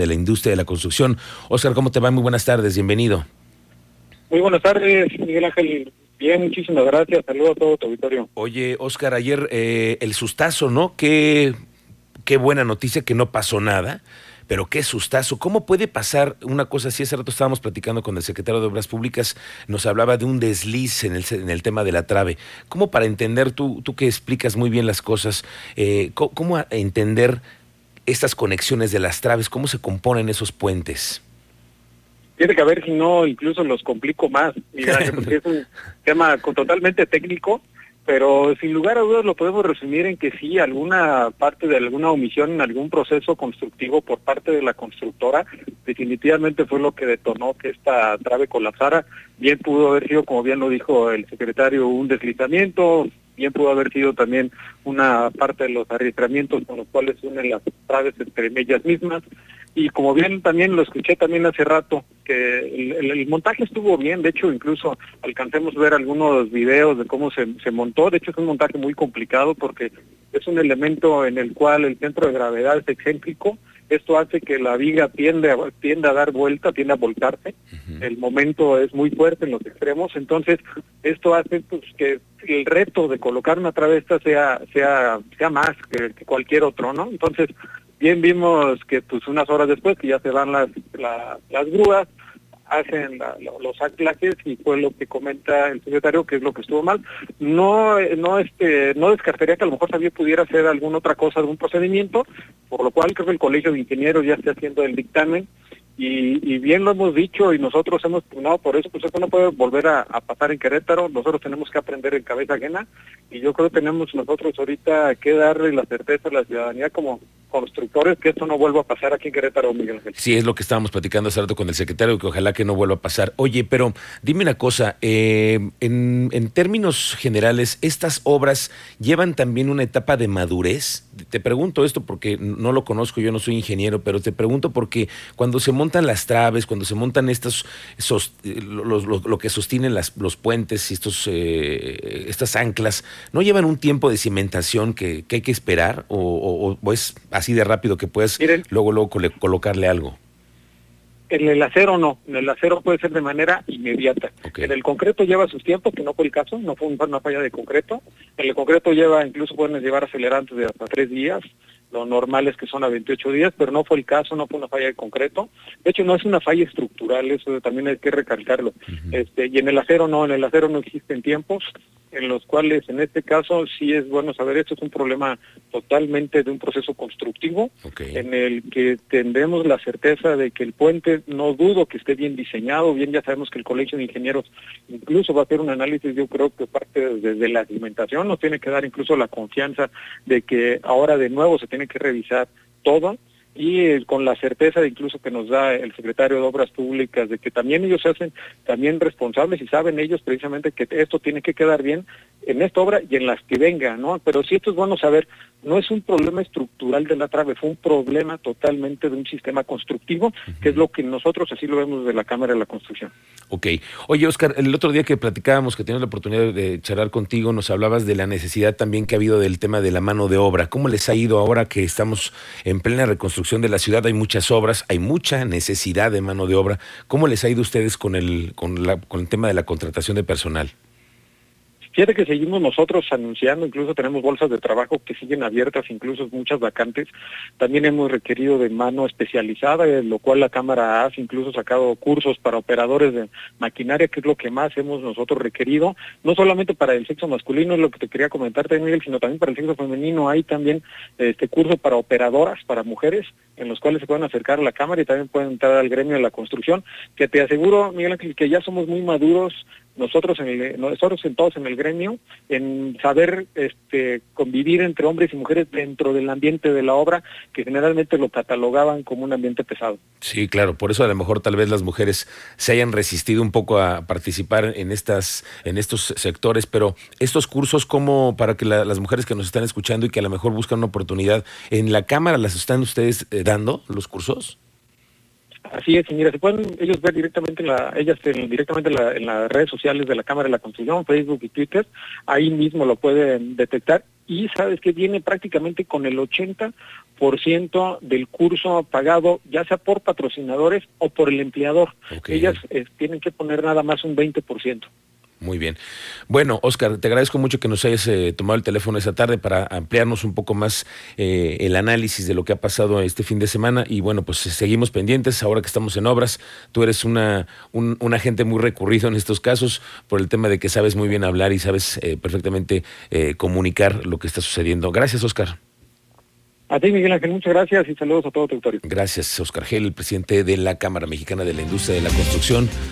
de la industria de la construcción. Óscar, ¿cómo te va? Muy buenas tardes, bienvenido. Muy buenas tardes, Miguel Ángel. Bien, muchísimas gracias. Saludos a todo tu auditorio. Oye, Óscar, ayer el sustazo, ¿no? Qué buena noticia que no pasó nada, pero qué sustazo. ¿Cómo puede pasar una cosa así? Hace rato estábamos platicando con el secretario de Obras Públicas, nos hablaba de un desliz en el tema de la trave. ¿Cómo para entender, tú que explicas muy bien las cosas, cómo entender estas conexiones de las traves, cómo se componen esos puentes? Tiene que haber, si no, incluso los complico más, Miguel Ángel, porque es un tema totalmente técnico, pero sin lugar a dudas lo podemos resumir en que sí, alguna parte de alguna omisión en algún proceso constructivo por parte de la constructora definitivamente fue lo que detonó que esta trave colapsara. Bien pudo haber sido, como bien lo dijo el secretario, un deslizamiento, bien pudo haber sido también una parte de los arrastramientos con los cuales unen las traves entre ellas mismas. Y como bien también lo escuché también hace rato, que el montaje estuvo bien, de hecho incluso alcancemos ver algunos videos de cómo se montó. De hecho es un montaje muy complicado porque es un elemento en el cual el centro de gravedad es excéntrico. Esto hace que la viga tiende a dar vuelta, tiende a volcarse. El momento es muy fuerte en los extremos, entonces esto hace pues que el reto de colocar una trave sea más que cualquier otro, ¿no? Entonces, bien vimos que pues unas horas después que ya se van las grúas, hacen los anclajes y fue lo que comenta el secretario que es lo que estuvo mal. No descartaría que a lo mejor también pudiera hacer alguna otra cosa, algún procedimiento, por lo cual creo que el Colegio de Ingenieros ya está haciendo el dictamen y bien lo hemos dicho y nosotros hemos pugnado por eso, pues esto no puede volver a pasar en Querétaro. Nosotros tenemos que aprender en cabeza ajena y yo creo que tenemos nosotros ahorita que darle la certeza a la ciudadanía como constructores que esto no vuelva a pasar aquí en Querétaro, Miguel Ángel. Sí, es lo que estábamos platicando hace rato con el secretario, que ojalá que no vuelva a pasar. Oye, pero dime una cosa, en términos generales, ¿estas obras llevan también una etapa de madurez? Te pregunto esto porque no lo conozco, yo no soy ingeniero, pero te pregunto porque cuando se montan las traves, cuando se montan lo que sostienen los puentes y estas anclas, ¿no llevan un tiempo de cimentación que hay que esperar o es así de rápido que puedes luego colocarle algo? En el acero no, en el acero puede ser de manera inmediata. Okay. En el concreto lleva sus tiempos, que no fue el caso, no fue una falla de concreto. En el concreto incluso pueden llevar acelerantes de hasta 3 días, lo normal es que son a 28 días, pero no fue el caso, no fue una falla de concreto. De hecho no es una falla estructural, eso también hay que recalcarlo. Y en el acero no existen tiempos en los cuales en este caso sí es bueno saber esto es un problema totalmente de un proceso constructivo, en el que tendremos la certeza de que el puente, no dudo que esté bien diseñado, bien ya sabemos que el Colegio de Ingenieros incluso va a hacer un análisis, yo creo que parte desde la alimentación nos tiene que dar incluso la confianza de que ahora de nuevo se tiene que revisar todo, y con la certeza de incluso que nos da el secretario de Obras Públicas de que también ellos se hacen también responsables y saben ellos precisamente que esto tiene que quedar bien en esta obra y en las que venga, ¿no? Pero sí esto es bueno saber, no es un problema estructural de la trave, fue un problema totalmente de un sistema constructivo, que es lo que nosotros así lo vemos de la Cámara de la Construcción. Ok. Oye, Óscar, el otro día que platicábamos, que teníamos la oportunidad de charlar contigo, nos hablabas de la necesidad también que ha habido del tema de la mano de obra. ¿Cómo les ha ido ahora que estamos en plena reconstrucción de la ciudad? Hay muchas obras, hay mucha necesidad de mano de obra. ¿Cómo les ha ido a ustedes con el tema de la contratación de personal? Fíjate que seguimos nosotros anunciando, incluso tenemos bolsas de trabajo que siguen abiertas, incluso muchas vacantes. También hemos requerido de mano especializada, lo cual la Cámara ha incluso sacado cursos para operadores de maquinaria, que es lo que más hemos nosotros requerido, no solamente para el sexo masculino, es lo que te quería comentar también, Miguel, sino también para el sexo femenino. Hay también curso para operadoras, para mujeres, en los cuales se pueden acercar a la Cámara y también pueden entrar al gremio de la construcción, que te aseguro, Miguel Ángel, que ya somos muy maduros nosotros todos en el gremio, en saber convivir entre hombres y mujeres dentro del ambiente de la obra, que generalmente lo catalogaban como un ambiente pesado. Sí, claro, por eso a lo mejor tal vez las mujeres se hayan resistido un poco a participar en estos sectores, pero estos cursos, como para que las mujeres que nos están escuchando y que a lo mejor buscan una oportunidad, ¿en la Cámara las están ustedes dando, los cursos? Así es, y mira, se pueden ellos ver directamente en las redes sociales de la Cámara de la Construcción, Facebook y Twitter, ahí mismo lo pueden detectar, y sabes que viene prácticamente con el 80% del curso pagado, ya sea por patrocinadores o por el empleador. Okay. Ellas tienen que poner nada más un 20%. Muy bien. Bueno, Óscar, te agradezco mucho que nos hayas tomado el teléfono esa tarde para ampliarnos un poco más el análisis de lo que ha pasado este fin de semana y bueno, pues seguimos pendientes ahora que estamos en obras. Tú eres un agente muy recurrido en estos casos por el tema de que sabes muy bien hablar y sabes perfectamente comunicar lo que está sucediendo. Gracias, Óscar. A ti, Miguel Ángel, muchas gracias y saludos a todo tu auditorio. Gracias, Óscar Gel, el presidente de la Cámara Mexicana de la Industria de la Construcción.